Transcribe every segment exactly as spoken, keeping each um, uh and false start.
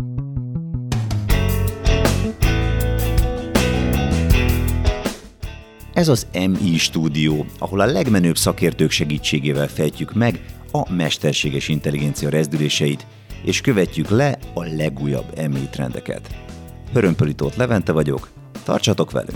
Ez az em i Stúdió, ahol a legmenőbb szakértők segítségével fejtjük meg a mesterséges intelligencia rezdüléseit, és követjük le a legújabb em i trendeket. Hörömpöli Tóth Levente vagyok, tartsatok velünk!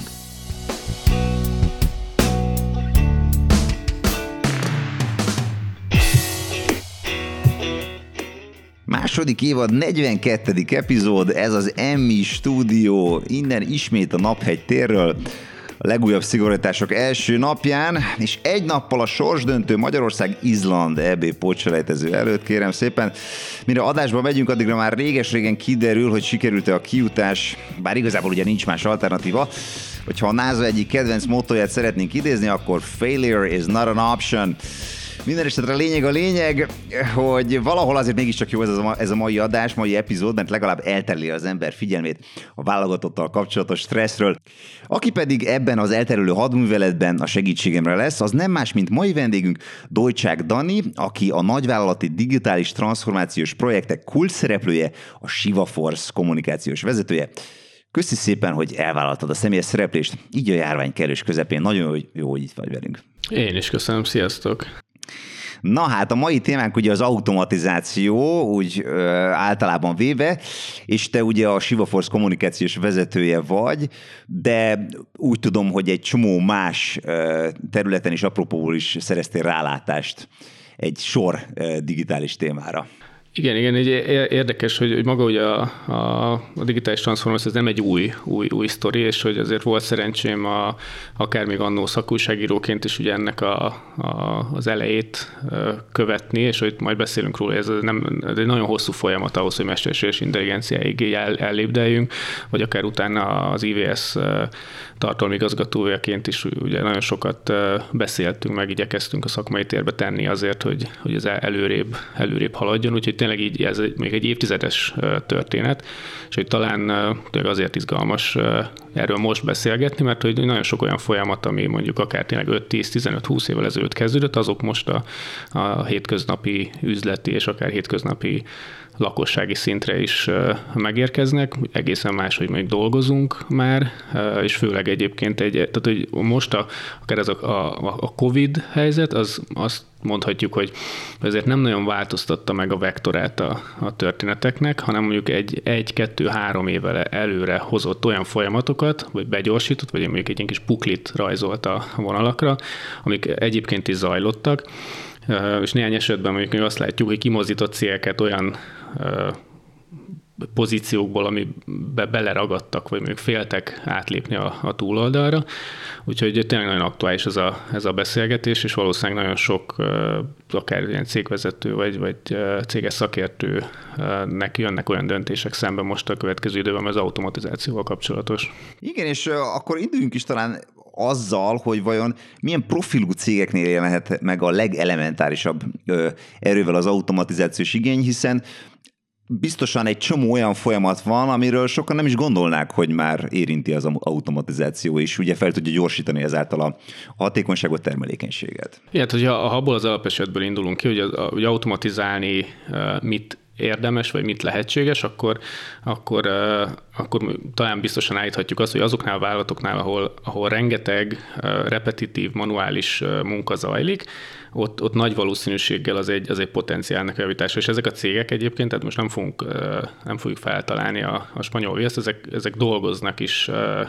Második évad negyvenkettedik epizód, ez az em i Stúdió, innen ismét a Naphegy térről, a legújabb szigorítások első napján, és egy nappal a sorsdöntő Magyarország-Izland é bé pótselejtező előtt, kérem szépen. Mire adásba megyünk, addigra már réges-régen kiderül, hogy sikerült-e a kijutás, bár igazából ugye nincs más alternatíva. Hogyha a NASA egyik kedvenc mottóját szeretnénk idézni, akkor failure is not an option. Minden esetre a lényeg a lényeg, hogy valahol azért mégiscsak jó ez a, ez a mai adás, mai epizód, mert legalább eltereli az ember figyelmét a válogatottal kapcsolatos stresszről. Aki pedig ebben az elterelő hadműveletben a segítségemre lesz, az nem más, mint mai vendégünk Dojcsák Dani, aki a nagyvállalati digitális transformációs projektek kulcsszereplője, a Shiva Force kommunikációs vezetője. Köszi szépen, hogy elvállaltad a személyes szereplést, így a járvány kellős közepén. Nagyon jó, jó, hogy itt vagy velünk. Én is köszönöm, sziasztok! Na hát a mai témánk ugye az automatizáció, úgy ö, általában véve, és te ugye a Shiva Force kommunikációs vezetője vagy, de úgy tudom, hogy egy csomó más ö, területen is apropóból is szereztél rálátást egy sor ö, digitális témára. Igen, igen, így érdekes, hogy maga ugye a, a, a digitális transformáció ez nem egy új, új, új sztori, és hogy azért volt szerencsém a, akár még annó szakújságíróként is ugye ennek a, a, az elejét követni, és hogy majd beszélünk róla, ez, nem, ez egy nagyon hosszú folyamat ahhoz, hogy mesterséges intelligenciáig el, ellépdeljünk, vagy akár utána az i vé es tartalmi igazgatójaként is ugye nagyon sokat beszéltünk, meg igyekeztünk a szakmai térbe tenni azért, hogy, hogy ez előrébb, előrébb haladjon, úgyhogy tényleg így ez még egy évtizedes történet, és hogy talán tényleg azért izgalmas erről most beszélgetni, mert hogy nagyon sok olyan folyamat, ami mondjuk akár tényleg öt, tíz, tizenöt, húsz évvel ezelőtt kezdődött, azok most a, a hétköznapi üzleti és akár hétköznapi lakossági szintre is megérkeznek, egészen más, hogy még dolgozunk már, és főleg egyébként egy, tehát hogy most a, akár ez a, a, a Covid helyzet, az azt mondhatjuk, hogy ezért nem nagyon változtatta meg a vektorát a, a történeteknek, hanem mondjuk egy, egy, kettő, három évvel előre hozott olyan folyamatokat, vagy begyorsított, vagy mondjuk egy ilyen kis puklit rajzolt a vonalakra, amik egyébként is zajlottak, és néhány esetben mondjuk azt látjuk, hogy kimozdított cégeket olyan pozíciókból, amibe beleragadtak, vagy mondjuk féltek átlépni a, a túloldalra. Úgyhogy tényleg nagyon aktuális ez a, ez a beszélgetés, és valószínűleg nagyon sok akár ilyen cégvezető, vagy, vagy céges szakértőnek jönnek olyan döntések szembe most a következő időben az automatizációval kapcsolatos. Igen, és akkor induljunk is talán azzal, hogy vajon milyen profilú cégeknél jelenhet meg a legelementárisabb erővel az automatizációs igény, hiszen biztosan egy csomó olyan folyamat van, amiről sokan nem is gondolnák, hogy már érinti az automatizáció, és ugye fel tudja gyorsítani ezáltal a hatékonyságot, termelékenységet. Igen, hogyha abból az alapesetből indulunk ki, hogy, az, hogy automatizálni mit érdemes, vagy mit lehetséges, akkor, akkor, akkor talán biztosan állíthatjuk azt, hogy azoknál a vállalatoknál, ahol, ahol rengeteg repetitív, manuális munka zajlik, ott, ott nagy valószínűséggel az egy, az egy potenciálnak javítása. És ezek a cégek egyébként, tehát most nem, fogunk, nem fogjuk feltalálni a, a spanyol viaszt, ezek, ezek dolgoznak is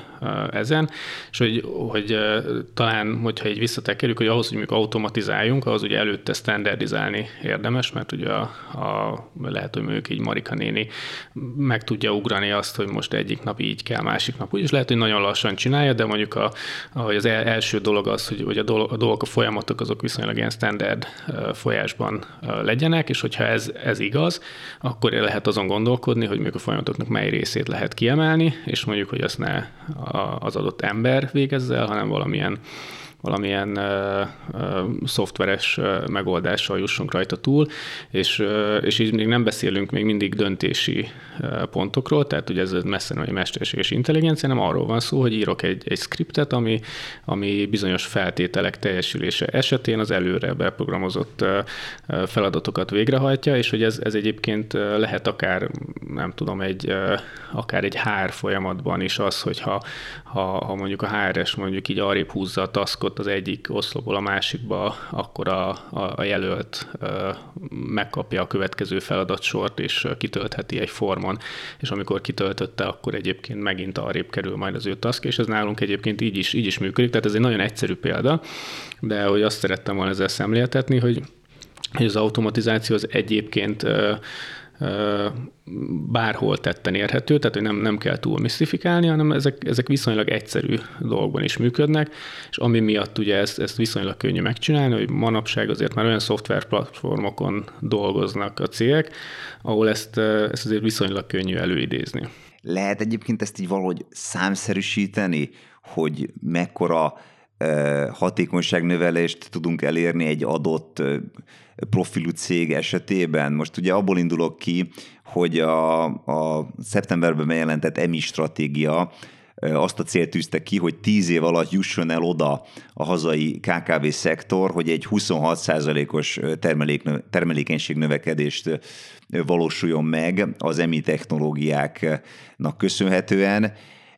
ezen, és hogy, hogy talán, hogyha így visszatekerjük, hogy ahhoz, hogy mondjuk automatizáljunk, ahhoz ugye előtte standardizálni érdemes, mert ugye a, a, lehet, hogy mondjuk így Marika néni meg tudja ugrani azt, hogy most egyik nap így kell, másik nap úgy, és lehet, hogy nagyon lassan csinálja, de mondjuk a, ahogy az első dolog az, hogy, hogy a dolgok, a folyamatok azok viszonylag ilyen standard folyásban legyenek, és hogyha ez, ez igaz, akkor lehet azon gondolkodni, hogy még a folyamatoknak mely részét lehet kiemelni, és mondjuk, hogy azt ne az adott ember végezze el, hanem valamilyen valamilyen uh, uh, szoftveres uh, megoldással jussunk rajta túl, és, uh, és így még nem beszélünk még mindig döntési uh, pontokról, tehát ugye ez messze nem egy mesterséges intelligencia, hanem arról van szó, hogy írok egy, egy scriptet, ami, ami bizonyos feltételek teljesülése esetén az előre beprogramozott uh, feladatokat végrehajtja, és hogy ez, ez egyébként lehet akár nem tudom, egy, akár egy há er folyamatban is az, hogyha ha, ha mondjuk a há er es mondjuk így arrébb húzza a taskot az egyik oszlopból a másikba, akkor a, a, a jelölt megkapja a következő feladatsort, és kitöltheti egy formon, és amikor kitöltötte, akkor egyébként megint arrébb kerül majd az ő task, és ez nálunk egyébként így is, így is működik, tehát ez egy nagyon egyszerű példa, de hogy azt szerettem volna ezzel szemléltetni, hogy, hogy az automatizáció az egyébként ö, ö, bárhol tetten érhető, tehát hogy nem, nem kell túl misztifikálni, hanem ezek, ezek viszonylag egyszerű dolgokban is működnek, és ami miatt ugye ezt, ezt viszonylag könnyű megcsinálni, hogy manapság azért már olyan szoftverplatformokon dolgoznak a cégek, ahol ezt, ezt azért viszonylag könnyű előidézni. Lehet egyébként ezt így valahogy számszerűsíteni, hogy mekkora hatékonyságnövelést tudunk elérni egy adott profilú cég esetében. Most ugye abból indulok ki, hogy a, a szeptemberben bejelentett em i stratégia azt a célt tűzte ki, hogy tíz év alatt jusson el oda a hazai ká ká vé szektor, hogy egy huszonhat százalékos termelék, termelékenység növekedést valósuljon meg az em i technológiáknak köszönhetően.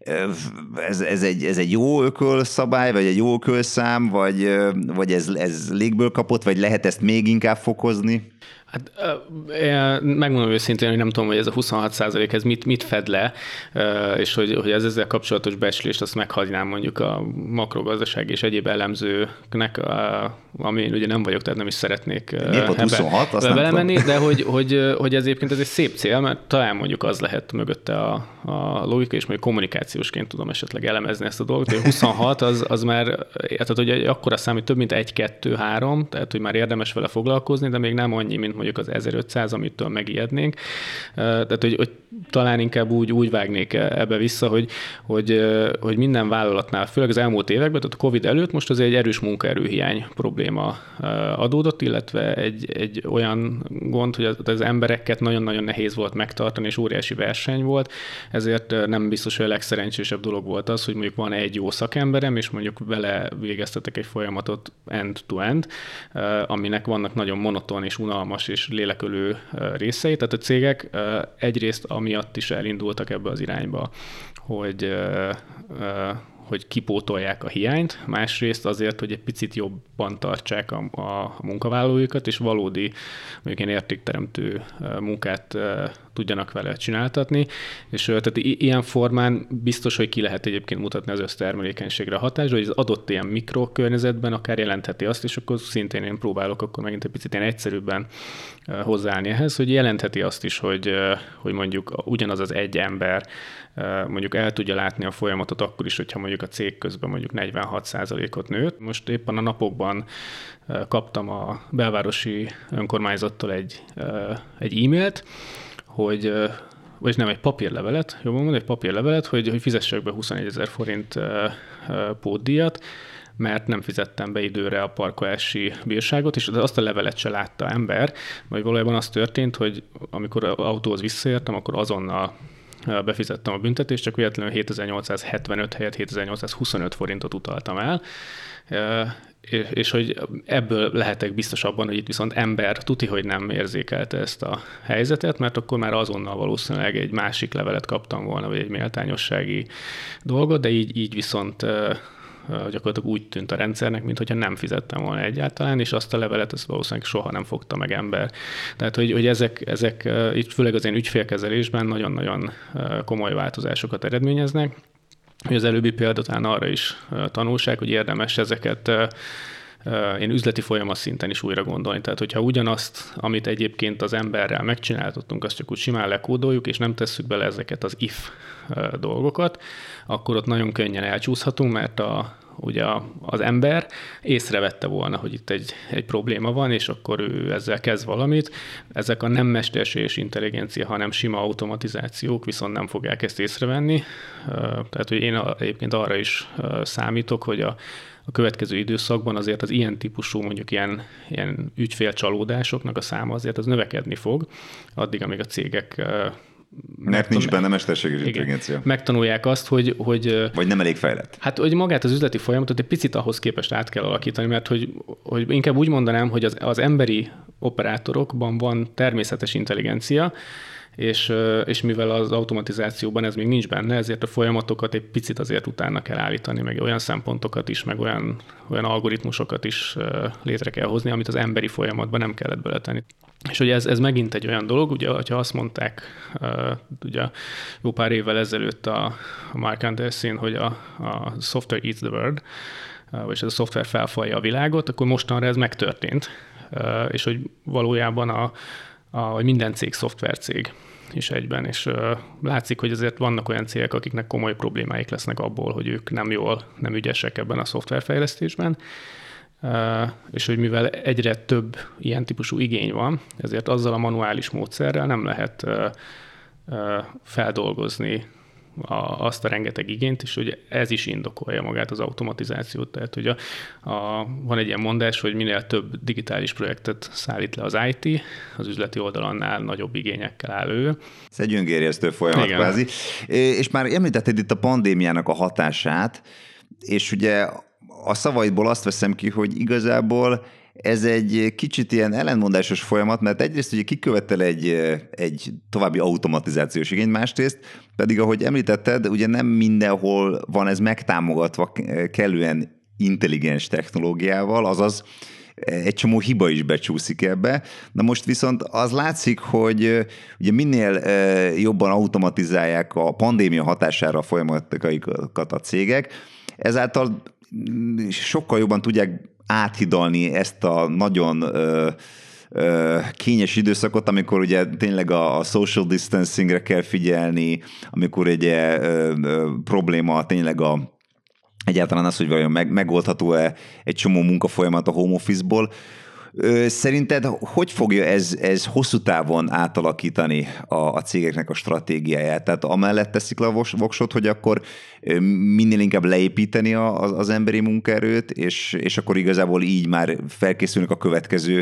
Ez, ez, egy, ez egy jó ökölszabály, vagy egy jó ökölszám, vagy, vagy ez, ez légből kapott, vagy lehet ezt még inkább fokozni? Hát megmondom őszintén, hogy nem tudom, hogy ez a huszonhat százalék ez mit, mit fed le, és hogy, hogy ez ezzel kapcsolatos becslést azt meghagynám mondjuk a makrogazdaság és egyéb elemzőknek, ami ugye nem vagyok, tehát nem is szeretnék ebbe belemenni, de hogy, hogy, hogy ez egyébként ez egy szép cél, mert talán mondjuk az lehet mögötte a, a logika, és mondjuk kommunikációsként tudom esetleg elemezni ezt a dolgot, hogy huszonhat az, az már, tehát hogy akkora szám, hogy több mint egy, kettő, három, tehát hogy már érdemes vele foglalkozni, de még nem annyi, mint mondjuk az ezerötszáz, amitől megijednénk. Tehát, hogy, hogy talán inkább úgy, úgy vágnék ebbe vissza, hogy, hogy, hogy minden vállalatnál, főleg az elmúlt években, tehát a Covid előtt most azért egy erős munkaerőhiány probléma adódott, illetve egy, egy olyan gond, hogy az, az embereket nagyon-nagyon nehéz volt megtartani, és óriási verseny volt, ezért nem biztos, hogy a legszerencsésebb dolog volt az, hogy mondjuk van egy jó szakemberem, és mondjuk vele végeztetek egy folyamatot end-to-end, aminek vannak nagyon monoton és unalmas és lélekölő részei. Tehát a cégek egyrészt amiatt is elindultak ebbe az irányba, hogy, hogy kipótolják a hiányt, másrészt azért, hogy egy picit jobban tartsák a, a munkavállalóikat, és valódi, mondjuk ilyen értékteremtő munkát tudjanak vele csináltatni, és tehát ilyen formán biztos, hogy ki lehet egyébként mutatni az össztermelékenységre a hatást, hogy az adott ilyen mikrokörnyezetben akár jelentheti azt, és akkor szintén én próbálok akkor megint egy picit ilyen egyszerűbben hozzáállni ehhez, hogy jelentheti azt is, hogy, hogy mondjuk ugyanaz az egy ember mondjuk el tudja látni a folyamatot akkor is, hogyha mondjuk a cég közben mondjuk negyvenhat százalékot nőtt. Most éppen a napokban kaptam a belvárosi önkormányzattól egy, egy e-mailt, hogy, vagy nem, egy papírlevelet, jobban mondom, egy papírlevelet, hogy, hogy fizessek be huszonegyezer forint pótdíjat, mert nem fizettem be időre a parkolási bírságot, és azt a levelet se látta ember, vagy valójában az történt, hogy amikor autóhoz visszaértem, akkor azonnal befizettem a büntetést, csak véletlenül hétezer-nyolcszázhetvenöt helyett hétezer-nyolcszázhuszonöt forintot utaltam el, és hogy ebből lehetek biztos abban, hogy itt viszont ember tuti, hogy nem érzékelte ezt a helyzetet, mert akkor már azonnal valószínűleg egy másik levelet kaptam volna, vagy egy méltányossági dolgot, de így, így viszont gyakorlatilag úgy tűnt a rendszernek, mintha nem fizettem volna egyáltalán, és azt a levelet ezt valószínűleg soha nem fogta meg ember. Tehát, hogy, hogy ezek, ezek itt főleg az én ügyfélkezelésben nagyon-nagyon komoly változásokat eredményeznek. Az előbbi példátán arra is tanulság, hogy érdemes ezeket én üzleti folyamat szinten is újra gondolni. Tehát, hogyha ugyanazt, amit egyébként az emberrel megcsináltattunk, azt csak úgy simán lekódoljuk, és nem tesszük bele ezeket az if dolgokat, akkor ott nagyon könnyen elcsúszhatunk, mert a, ugye az ember észrevette volna, hogy itt egy, egy probléma van, és akkor ő ezzel kezd valamit. Ezek a nem mesterséges intelligencia, hanem sima automatizációk viszont nem fogják ezt észrevenni. Tehát, hogy én egyébként arra is számítok, hogy a a következő időszakban azért az ilyen típusú, mondjuk ilyen, ilyen ügyfélcsalódásoknak a száma azért az növekedni fog, addig, amíg a cégek mert nincs benne mesterséges intelligencia. Megtanulják azt, hogy, hogy... Vagy nem elég fejlett. Hát, hogy magát az üzleti folyamatot egy picit ahhoz képest át kell alakítani, mert hogy, hogy inkább úgy mondanám, hogy az, az emberi operátorokban van természetes intelligencia, és, és mivel az automatizációban ez még nincs benne, ezért a folyamatokat egy picit azért utána kell állítani, meg olyan szempontokat is, meg olyan, olyan algoritmusokat is létre kell hozni, amit az emberi folyamatban nem kellett beletenni. És hogy ez, ez megint egy olyan dolog, ugye, hogyha azt mondták ugye jó pár évvel ezelőtt a, a Mark Anderson, hogy a, a software eats the world, vagyis ez a szoftver felfalja a világot, akkor mostanra ez megtörtént, és hogy valójában a, a, minden cég szoftvercég is egyben, és látszik, hogy azért vannak olyan cégek, akiknek komoly problémáik lesznek abból, hogy ők nem jól, nem ügyesek ebben a szoftverfejlesztésben, és hogy mivel egyre több ilyen típusú igény van, ezért azzal a manuális módszerrel nem lehet feldolgozni a, azt a rengeteg igényt, és hogy ez is indokolja magát az automatizációt. Tehát, hogy a, a, van egy ilyen mondás, hogy minél több digitális projektet szállít le az i té, az üzleti oldalannál nagyobb igényekkel áll ő. Ez egy öngérjesztő folyamat kvázi. És már említetted itt a pandémiának a hatását, és ugye a szavaidból azt veszem ki, hogy igazából ez egy kicsit ilyen ellenmondásos folyamat, mert egyrészt ugye kikövetel egy, egy további automatizációs igény, másrészt pedig, ahogy említetted, ugye nem mindenhol van ez megtámogatva kellően intelligens technológiával, azaz egy csomó hiba is becsúszik ebbe. Na most viszont az látszik, hogy ugye minél jobban automatizálják a pandémia hatására a folyamataikat a cégek, ezáltal sokkal jobban tudják áthidalni ezt a nagyon ö, ö, kényes időszakot, amikor ugye tényleg a, a social distancingre kell figyelni, amikor ugye ö, ö, probléma tényleg a, egyáltalán az, hogy vajon meg, megoldható-e egy csomó munkafolyamat a home office-ból. Szerinted hogy fogja ez, ez hosszú távon átalakítani a, a cégeknek a stratégiáját? Tehát amellett teszik le a voksot, hogy akkor minél inkább leépíteni a, az, az emberi munkaerőt, és, és akkor igazából így már felkészülnek a következő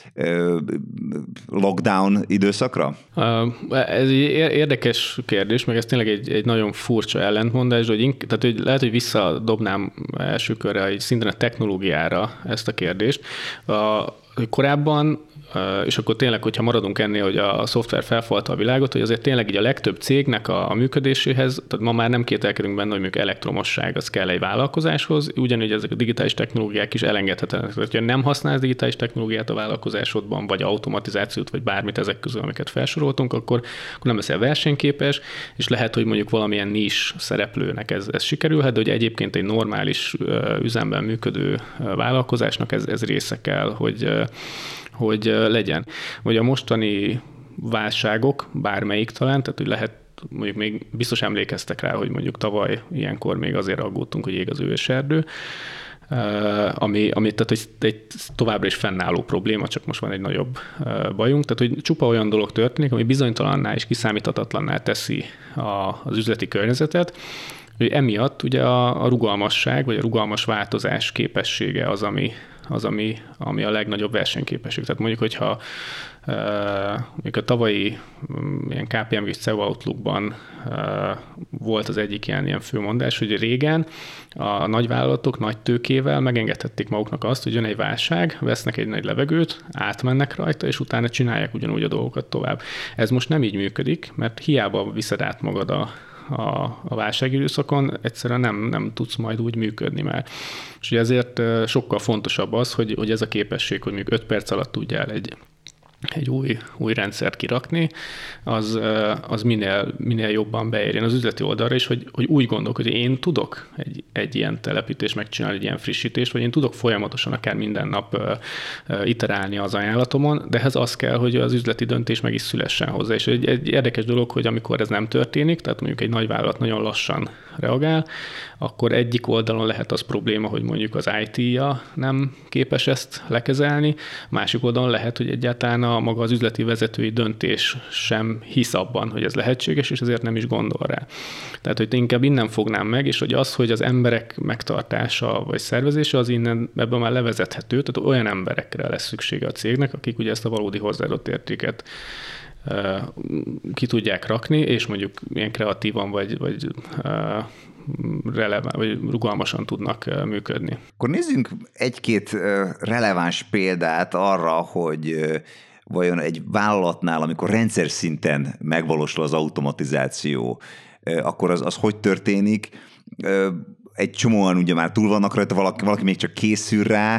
lockdown időszakra? Ez egy érdekes kérdés, meg ez tényleg egy, egy nagyon furcsa ellentmondás, hogy, ink- tehát, hogy lehet, hogy visszadobnám első körre így szinten a technológiára ezt a kérdést. A, korábban, és akkor tényleg, hogyha maradunk ennél, hogy a szoftver felfalta a világot, hogy azért tényleg így a legtöbb cégnek a, a működéséhez, tehát ma már nem kételkedünk benne, hogy mondjuk elektromosság az kell egy vállalkozáshoz, ugyanúgy ezek a digitális technológiák is elengedhetetlenek. Tehát, hogyha nem használsz digitális technológiát a vállalkozásodban, vagy automatizációt, vagy bármit ezek közül, amiket felsoroltunk, akkor, akkor nem leszel versenyképes, és lehet, hogy mondjuk valamilyen nis szereplőnek ez, ez sikerülhet, de hogy egyébként egy normális üzemben működő vállalkozásnak ez, ez része kell, hogy hogy legyen. Vagy a mostani válságok, bármelyik talán, tehát hogy lehet, mondjuk még biztos emlékeztek rá, hogy mondjuk tavaly ilyenkor még azért aggódtunk, hogy ég az őserdő, ami, ami tehát hogy egy továbbra is fennálló probléma, csak most van egy nagyobb bajunk. Tehát, hogy csupa olyan dolog történik, ami bizonytalanná és kiszámíthatatlanná teszi a, az üzleti környezetet, hogy emiatt ugye a, a rugalmasság, vagy a rugalmas változás képessége az, ami az, ami, ami a legnagyobb versenyképesség. Tehát mondjuk, hogyha uh, mondjuk a tavalyi um, ilyen ká pé em gés cé e o Outlookban uh, volt az egyik ilyen, ilyen főmondás, hogy régen a nagyvállalatok nagy tőkével megengedhették maguknak azt, hogy jön egy válság, vesznek egy nagy levegőt, átmennek rajta, és utána csinálják ugyanúgy a dolgokat tovább. Ez most nem így működik, mert hiába viszed át magad a a, a válságidőszakon, egyszerűen nem, nem tudsz majd úgy működni már. És ugye ezért sokkal fontosabb az, hogy, hogy ez a képesség, hogy még öt perc alatt tudjál egy, egy új, új rendszert kirakni, az, az minél, minél jobban beérjen az üzleti oldalra is, hogy, hogy úgy gondolok, hogy én tudok egy, egy ilyen telepítést megcsinálni, egy ilyen frissítést, vagy én tudok folyamatosan akár minden nap iterálni az ajánlatomon, de ehhez az kell, hogy az üzleti döntés meg is szülessen hozzá. És egy, egy érdekes dolog, hogy amikor ez nem történik, tehát mondjuk egy nagy vállalat nagyon lassan reagál, akkor egyik oldalon lehet az probléma, hogy mondjuk az i té-ja nem képes ezt lekezelni, másik oldalon lehet, hogy egyáltalán a maga az üzleti vezetői döntés sem hisz abban, hogy ez lehetséges, és ezért nem is gondol rá. Tehát, hogy inkább innen fognám meg, és hogy az, hogy az emberek megtartása vagy szervezése, az innen ebből már levezethető, tehát olyan emberekre lesz szüksége a cégnek, akik ugye ezt a valódi hozzáadott értéket ki tudják rakni, és mondjuk ilyen kreatívan vagy, vagy releváns, vagy rugalmasan tudnak működni. Akkor nézzünk egy-két releváns példát arra, hogy vajon egy vállalatnál, amikor rendszer szinten megvalósul az automatizáció, akkor az, az hogy történik? Egy csomóan ugye már túl vannak rajta, valaki, valaki még csak készül rá,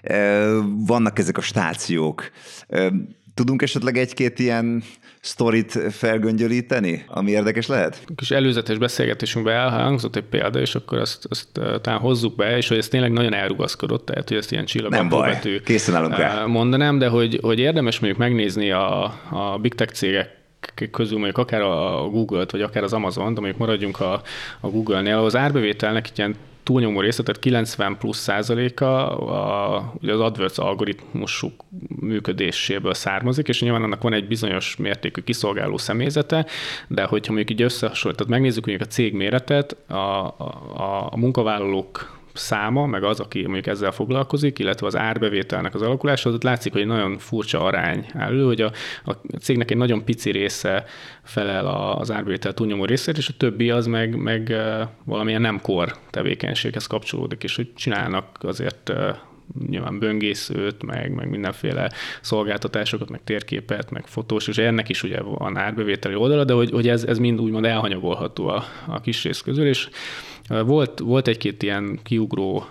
vannak ezek a stációk. Tudunk esetleg egy-két ilyen sztorit felgöngyölíteni, ami érdekes lehet? Kis előzetes beszélgetésünkben elhangzott egy példa, és akkor azt, azt talán hozzuk be, és hogy ez tényleg nagyon elrugaszkodott, tehát hogy ezt ilyen csillagapróbetű készen állunk rá. Mondanám, de hogy, hogy érdemes mondjuk megnézni a, a big tech cégek közül mondjuk akár a Google-t, vagy akár az Amazon, de mondjuk maradjunk a, a Google-nél, az árbevételnek ilyen túlnyomó része, tehát kilencven plusz százaléka a, ugye az AdWords algoritmusuk működéséből származik, és nyilván annak van egy bizonyos mértékű kiszolgáló személyzete, de hogyha mondjuk így összehasonlít, tehát megnézzük mondjuk a cég méretet, a, a, a munkavállalók száma, meg az, aki mondjuk ezzel foglalkozik, illetve az árbevételnek az alakulása, az látszik, hogy egy nagyon furcsa arány áll elő, hogy a, a cégnek egy nagyon pici része felel az árbevétel túlnyomó részét, és a többi az meg, meg valamilyen nem core tevékenységhez kapcsolódik, és hogy csinálnak azért nyilván böngészőt, meg, meg mindenféle szolgáltatásokat, meg térképet, meg fotós, és ennek is ugye van árbevételi oldala, de hogy, hogy ez, ez mind úgymond elhanyagolható a, a kis rész közül, és volt, volt egy-két ilyen kiugró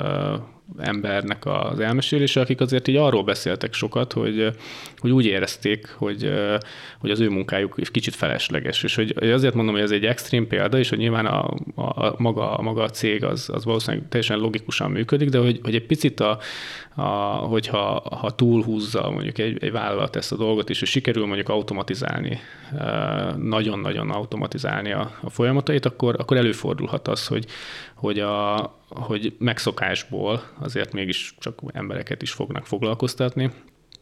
embernek az elmesélése, akik azért így arról beszéltek sokat, hogy, hogy úgy érezték, hogy, hogy az ő munkájuk kicsit felesleges. És hogy azért mondom, hogy ez egy extrém példa, és hogy nyilván a, a, maga, a maga a cég az, az valószínűleg teljesen logikusan működik, de hogy, hogy egy picit, a, a, hogyha ha túlhúzza mondjuk egy, egy vállalat ezt a dolgot, és hogy sikerül mondjuk automatizálni, nagyon-nagyon automatizálni a, a folyamatait, akkor, akkor előfordulhat az, hogy, hogy a hogy megszokásból azért mégis csak embereket is fognak foglalkoztatni,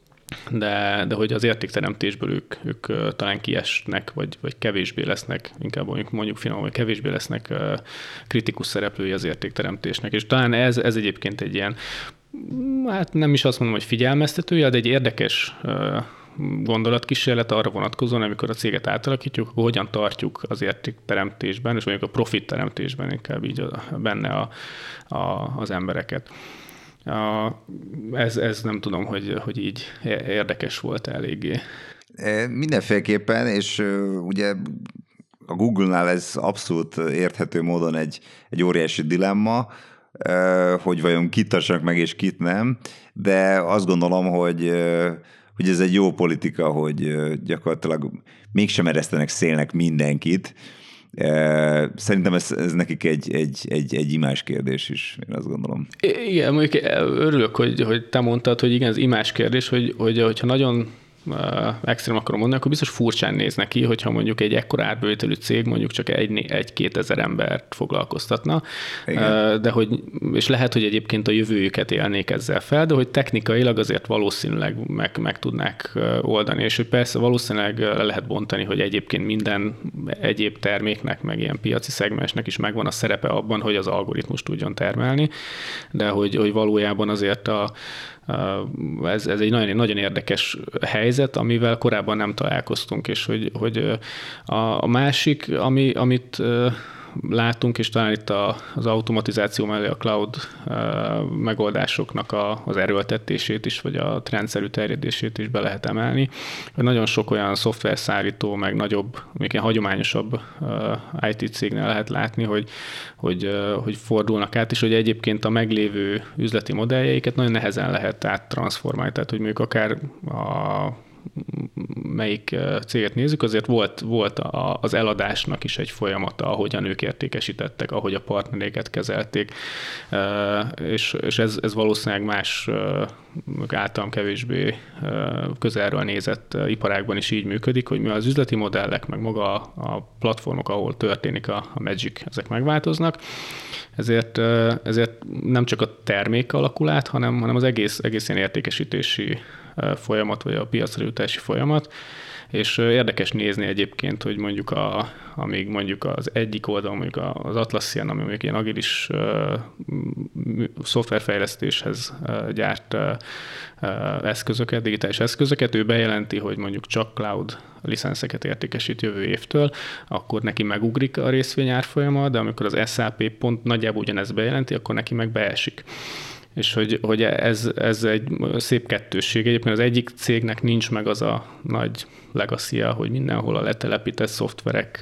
de, de hogy az értékteremtésből ők, ők talán kiesnek, vagy, vagy kevésbé lesznek, inkább mondjuk, mondjuk finoman, hogy kevésbé lesznek kritikus szereplői az értékteremtésnek. És talán ez, ez egyébként egy ilyen, hát nem is azt mondom, hogy figyelmeztetője, de egy érdekes gondolatkísérlet arra vonatkozóan, amikor a céget átalakítjuk, akkor hogyan tartjuk az értékteremtésben, és mondjuk a profitteremtésben inkább így benne a, a, az embereket. A, ez, ez nem tudom, hogy, hogy így érdekes volt eléggé. Mindenféleképpen, és ugye a Google-nál ez abszolút érthető módon egy, egy óriási dilemma, hogy vajon kit tartsanak meg, és kit nem, de azt gondolom, hogy hogy ez egy jó politika, hogy gyakorlatilag mégsem eresztenek szélnek mindenkit. Szerintem ez, ez nekik egy, egy, egy, egy imás kérdés is, én azt gondolom. Igen, mondjuk örülök, hogy, hogy te mondtad, hogy igen, ez imás kérdés, hogy, hogy hogyha nagyon extrém akarom mondani, akkor biztos furcsán néz neki, hogyha mondjuk egy ekkora árbevételű cég mondjuk csak egy-két ezer embert foglalkoztatna, igen. De hogy, és lehet, hogy egyébként a jövőjüket élnék ezzel fel, de hogy technikailag azért valószínűleg meg, meg tudnák oldani, és hogy persze valószínűleg le lehet bontani, hogy egyébként minden egyéb terméknek, meg ilyen piaci szegmensnek is megvan a szerepe abban, hogy az algoritmus tudjon termelni, de hogy, hogy valójában azért a Ez, ez egy nagyon, nagyon érdekes helyzet, amivel korábban nem találkoztunk, és hogy, hogy a másik, ami, amit látunk, és talán itt az automatizáció mellé a cloud megoldásoknak az erőltetését is, vagy a trendszerű terjedését is be lehet emelni, hogy nagyon sok olyan szoftverszállító, meg nagyobb, még ilyen hagyományosabb i té cégnél lehet látni, hogy, hogy, hogy fordulnak át, és hogy egyébként a meglévő üzleti modelljeiket nagyon nehezen lehet áttranszformálni, tehát hogy mondjuk akár a melyik céget nézzük, azért volt, volt az eladásnak is egy folyamata, ahogyan ők értékesítettek, ahogy a partneréket kezelték, és, és ez, ez valószínűleg más általam kevésbé közelről nézett iparágban is így működik, hogy mi az üzleti modellek, meg maga a platformok, ahol történik a, a magic, ezek megváltoznak, ezért, ezért nem csak a termék alakul át, hanem, hanem az egész, egész ilyen értékesítési folyamat, vagy a piacra jutási folyamat, és érdekes nézni egyébként, hogy mondjuk a, amíg mondjuk az egyik oldalon, mondjuk az Atlassian, ami mondjuk ilyen agilis uh, szoftverfejlesztéshez uh, gyárt uh, eszközöket, digitális eszközöket, ő bejelenti, hogy mondjuk csak cloud licenszeket értékesít jövő évtől, akkor neki megugrik a részvény árfolyama, de amikor az es á pé pont nagyjából ugyanezt bejelenti, akkor neki meg beesik. És hogy, hogy ez, ez egy szép kettősség. Egyébként az egyik cégnek nincs meg az a nagy legacy-ja, hogy mindenhol a letelepített szoftverek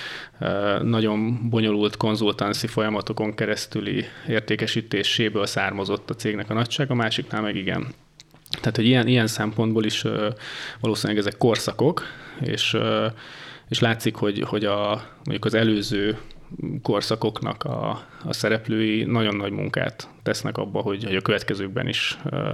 nagyon bonyolult konzultanci folyamatokon keresztüli értékesítéséből származott a cégnek a nagyság, a másiknál meg igen. Tehát, hogy ilyen, ilyen szempontból is valószínűleg ezek korszakok, és, és látszik, hogy, hogy a, mondjuk az előző korszakoknak a, a szereplői nagyon nagy munkát tesznek abba, hogy, hogy a következőkben is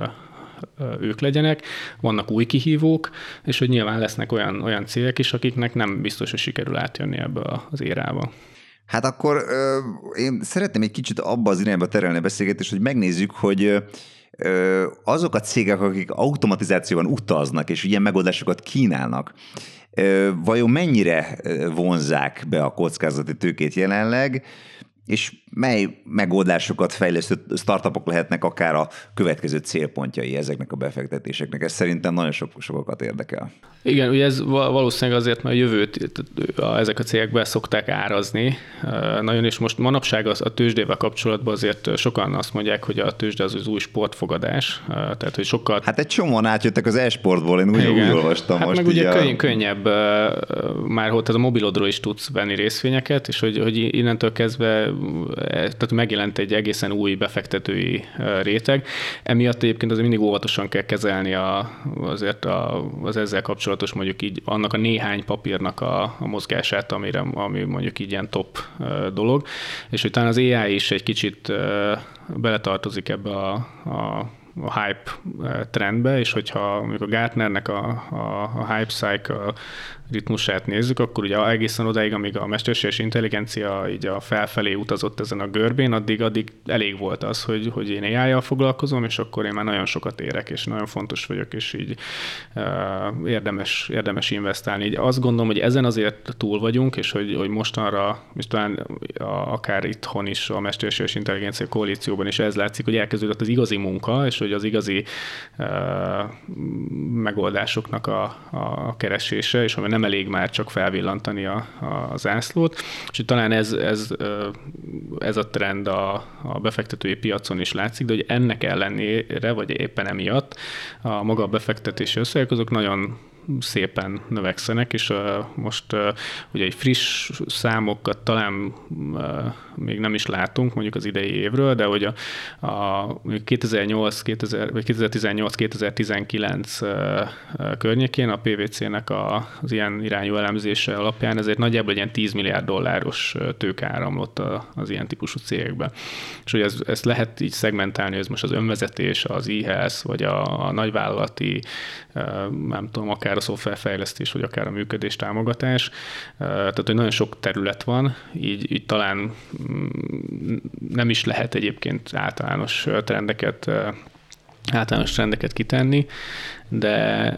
ők legyenek, vannak új kihívók, és hogy nyilván lesznek olyan, olyan cégek is, akiknek nem biztos, hogy sikerül átjönni ebbe az érába. Hát akkor ö, én szeretném egy kicsit abba az irányba terelni a beszélgetést, hogy megnézzük, hogy ö, azok a cégek, akik automatizációban utaznak, és ilyen megoldásokat kínálnak, ö, vajon mennyire vonzzák be a kockázati tőkét jelenleg, és mely megoldásokat fejlesztő startupok lehetnek akár a következő célpontjai ezeknek a befektetéseknek? Ez szerintem nagyon sok, sokakat érdekel. Igen, ugye ez valószínűleg azért, mert a jövőt ezek a cégek be szokták árazni. Nagyon, és most manapság az, a tőzsdével kapcsolatban azért sokan azt mondják, hogy a tőzsde az az új sportfogadás. Tehát, hogy sokkal... Hát egy csomóan átjöttek az e-sportból, én úgy, úgy olvastam hát most. meg ugye a... könny- könnyebb, már hogy a mobilodról is tudsz venni részvényeket, és hogy, hogy innentől kezdve tehát megjelent egy egészen új befektetői réteg. Emiatt egyébként azért mindig óvatosan kell kezelni a, azért a, az ezzel kapcsolatos mondjuk így annak a néhány papírnak a, a mozgását, amire, ami mondjuk így ilyen top dolog. És hogy talán az á i is egy kicsit beletartozik ebbe a, a a hype trendbe, és hogyha mondjuk a Gartnernek a, a, a hype cycle ritmusát nézzük, akkor ugye egészen odáig, amíg a mesterséges intelligencia így a felfelé utazott ezen a görbén, addig, addig elég volt az, hogy, hogy én á i-jal foglalkozom, és akkor én már nagyon sokat érek, és nagyon fontos vagyok, és így uh, érdemes, érdemes investálni. Így azt gondolom, hogy ezen azért túl vagyunk, és hogy, hogy mostanra, és talán a, akár itthon is a mesterséges intelligencia koalícióban is ez látszik, hogy elkezdődött az igazi munka, és hogy az igazi uh, megoldásoknak a, a keresése, és ami nem elég már csak felvillantani a, a zászlót. És talán ez, ez, ez a trend a, a befektetői piacon is látszik, de hogy ennek ellenére, vagy éppen emiatt a maga a befektetési összegek azok nagyon szépen növekszenek, és uh, most uh, ugye egy friss számokat talán uh, még nem is látunk mondjuk az idei évről, de hogy a, a kétezer-nyolc, kétezer, vagy kétezer-tizennyolc kétezer-tizenkilenc uh, uh, környékén a pé vé cé-nek a, az ilyen irányú elemzése alapján ezért nagyjából egy ilyen tíz milliárd dolláros tőke áramlott az ilyen típusú cégekbe. És hogy ez, ezt lehet így szegmentálni, hogy ez most az önvezetés, az e-health, vagy a, a nagyvállalati, uh, nem tudom, akár a szoftverfejlesztés, vagy akár a működés támogatás. Tehát, hogy nagyon sok terület van, így, így talán nem is lehet egyébként általános trendeket, általános trendeket kitenni, de,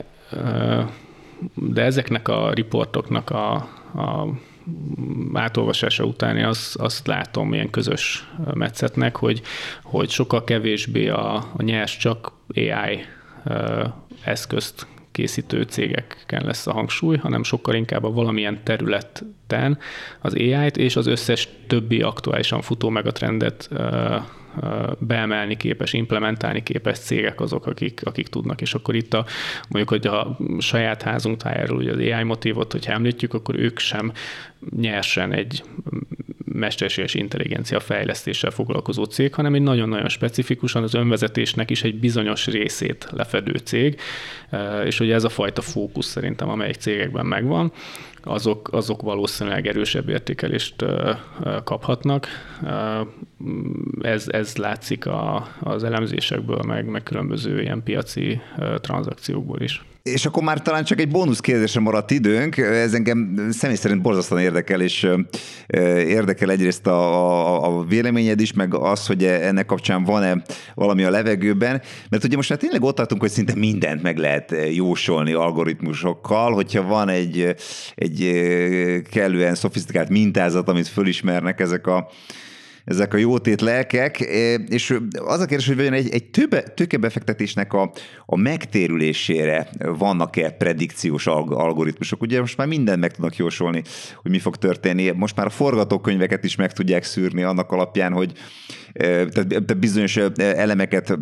de ezeknek a riportoknak a, a átolvasása után azt, azt látom ilyen közös metszetnek, hogy, hogy sokkal kevésbé a, a nyers csak á i eszközt készítő cégeken lesz a hangsúly, hanem sokkal inkább a valamilyen területen az á i-t és az összes többi aktuálisan futó megatrendet beemelni képes, implementálni képes cégek azok, akik, akik tudnak. És akkor itt a, mondjuk, hogy a saját házunk tájáról ugye az á i motívot, hogyha említjük, akkor ők sem nyersen egy mesterséges intelligencia fejlesztéssel foglalkozó cég, hanem egy nagyon-nagyon specifikusan az önvezetésnek is egy bizonyos részét lefedő cég, és ugye ez a fajta fókusz szerintem, amelyik cégekben megvan, azok, azok valószínűleg erősebb értékelést kaphatnak. Ez, ez látszik a, az elemzésekből, meg, meg különböző ilyen piaci tranzakciókból is. És akkor már talán csak egy bónusz kérdésre maradt időnk, ez engem személy szerint borzasztóan érdekel, és érdekel egyrészt a, a, a véleményed is, meg az, hogy ennek kapcsán van-e valami a levegőben, mert ugye most már tényleg ott tartunk, hogy szinte mindent meg lehet jósolni algoritmusokkal, hogyha van egy, egy kellően szofisztikált mintázat, amit fölismernek ezek a ezek a jótét lelkek, és az a kérdés, hogy vajon egy, egy tőkebefektetésnek a, a megtérülésére vannak-e predikciós algoritmusok? Ugye most már mindent meg tudnak jósolni, hogy mi fog történni. Most már a forgatókönyveket is meg tudják szűrni annak alapján, hogy tehát bizonyos elemeket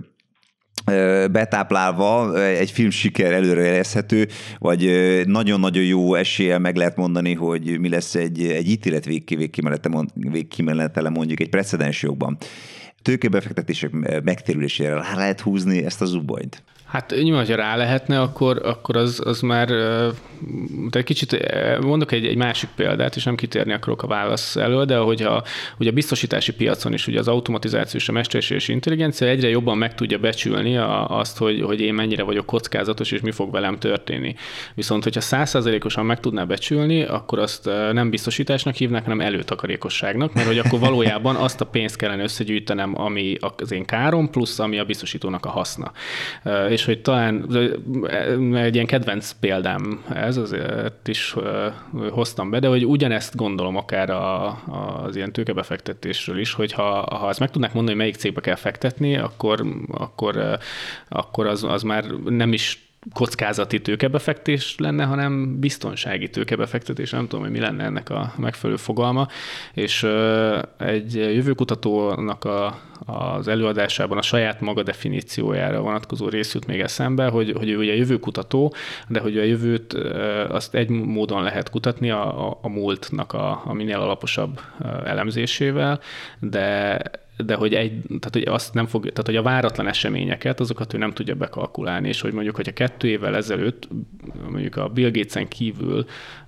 betáplálva egy film siker előrejelezhető, vagy nagyon-nagyon jó eséllyel meg lehet mondani, hogy mi lesz egy, egy ítélet végkimenetele mondjuk egy precedens jogban. Tőkebefektetések megtérülésére rá lehet húzni ezt a zubonyt? Hát nyilván, ha rá lehetne, akkor, akkor az, az már, de kicsit mondok egy, egy másik példát, és nem kitérni akarok a válasz elől, de hogyha ugye a biztosítási piacon is ugye az automatizáció és a mesterséges intelligencia egyre jobban meg tudja becsülni azt, hogy, hogy én mennyire vagyok kockázatos, és mi fog velem történni. Viszont, hogyha száz százalékosan meg tudná becsülni, akkor azt nem biztosításnak hívnak, hanem előtakarékosságnak, mert hogy akkor valójában azt a pénzt kellene összegyűjtenem, ami az én károm, plusz ami a biztosítónak a haszna. És hogy talán egy ilyen kedvenc példám ez, azért is hoztam be, de hogy ugyanezt gondolom akár a, az ilyen tőkebefektetésről is, hogy ha, ha ezt meg tudnák mondani, hogy melyik cégbe kell fektetni, akkor, akkor, akkor az, az már nem is kockázati tőkebefektetés lenne, hanem biztonsági tőkebefektetés, nem tudom, hogy mi lenne ennek a megfelelő fogalma, és egy jövőkutatónak a, az előadásában a saját maga definíciójára vonatkozó rész jut még eszembe, hogy, hogy ő ugye jövőkutató, de hogy a jövőt azt egy módon lehet kutatni, a, a, a múltnak a, a minél alaposabb elemzésével, de de hogy, egy, tehát, hogy azt nem fog, tehát hogy a váratlan eseményeket, azokat ő nem tudja bekalkulálni, és hogy mondjuk, hogyha kettő évvel ezelőtt, mondjuk a Bill Gatesen kívül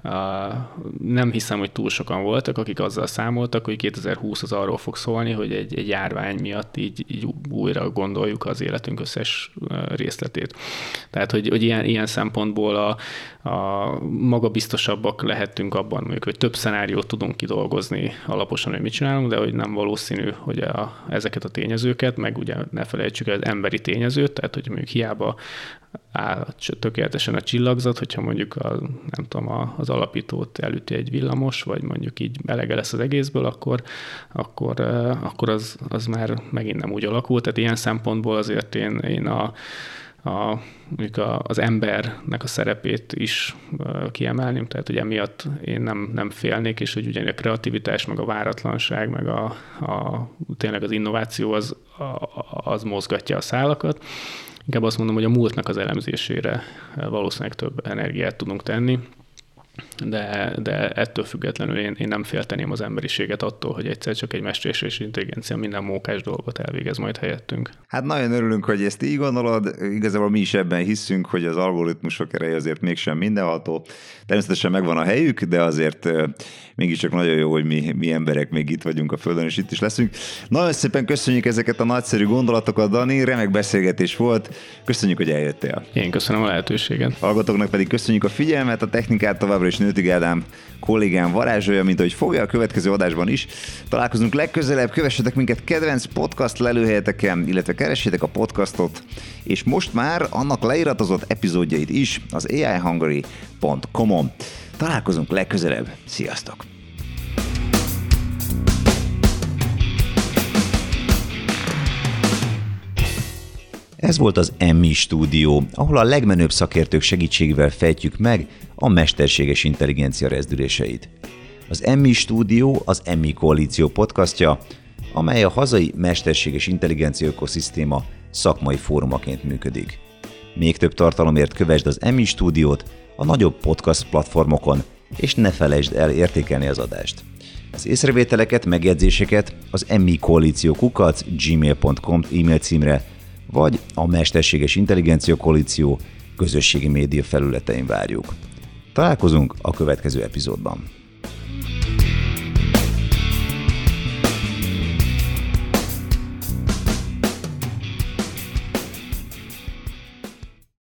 nem hiszem, hogy túl sokan voltak, akik azzal számoltak, hogy kétezer-húsz az arról fog szólni, hogy egy, egy járvány miatt így, így újra gondoljuk az életünk összes részletét. Tehát, hogy, hogy ilyen, ilyen szempontból a, a magabiztosabbak lehetünk abban, mondjuk, hogy több szenáriót tudunk kidolgozni alaposan, hogy mit csinálunk, de hogy nem valószínű, hogy a, ezeket a tényezőket, meg ugye ne felejtsük el az emberi tényezőt, tehát hogy mondjuk hiába áll tökéletesen a csillagzat, hogyha mondjuk a, nem tudom, az alapítót elüti egy villamos, vagy mondjuk így elege lesz az egészből, akkor, akkor, akkor az, az már megint nem úgy alakult. Tehát ilyen szempontból azért én, én a A, a, az embernek a szerepét is kiemelném, tehát hogy emiatt én nem, nem félnék, és hogy ugyan a kreativitás, meg a váratlanság, meg a, a, tényleg az innováció az, a, az mozgatja a szálakat. Inkább azt mondom, hogy a múltnak az elemzésére valószínűleg több energiát tudunk tenni, de, de ettől függetlenül én, én nem félteném az emberiséget attól, hogy egyszer csak egy mesterséges intelligencia minden mókás dolgot elvégez majd helyettünk. Hát nagyon örülünk, hogy ezt így gondolod. Igazából mi is ebben hiszünk, hogy az algoritmusok ereje azért mégsem mindenható. Természetesen megvan a helyük, de azért uh, mégiscsak nagyon jó, hogy mi, mi emberek még itt vagyunk a Földön, és itt is leszünk. Nagyon szépen köszönjük ezeket a nagyszerű gondolatokat, Dani, remek beszélgetés volt. Köszönjük, hogy eljöttél. Én köszönöm a lehetőséget. Hallgatóknak pedig köszönjük a figyelmet, a technikát továbbra is Nőtig Ádám kollégám varázsolja, mint ahogy fogja a következő adásban is. Találkozunk legközelebb, kövessetek minket kedvenc podcast lelőhelyeteken, illetve keressétek a podcastot, és most már annak leiratozott epizódjait is az á i hungary pont com-on. Találkozunk legközelebb. Sziasztok! Ez volt az Emmy Stúdió, ahol a legmenőbb szakértők segítségével fejtjük meg a mesterséges intelligencia rezdüléseit. Az Emmy Stúdió az Emmy Koalíció podcastja, amely a hazai mesterséges intelligencia ökoszisztéma szakmai fórumaként működik. Még több tartalomért kövesd az Emmy Stúdiót a nagyobb podcast platformokon, és ne felejtsd el értékelni az adást. Az észrevételeket, megjegyzéseket az Emmy Koalíció kukac gmail pont com e-mail címre, vagy a Mesterséges Intelligencia Koalíció közösségi média felületein várjuk. Találkozunk a következő epizódban.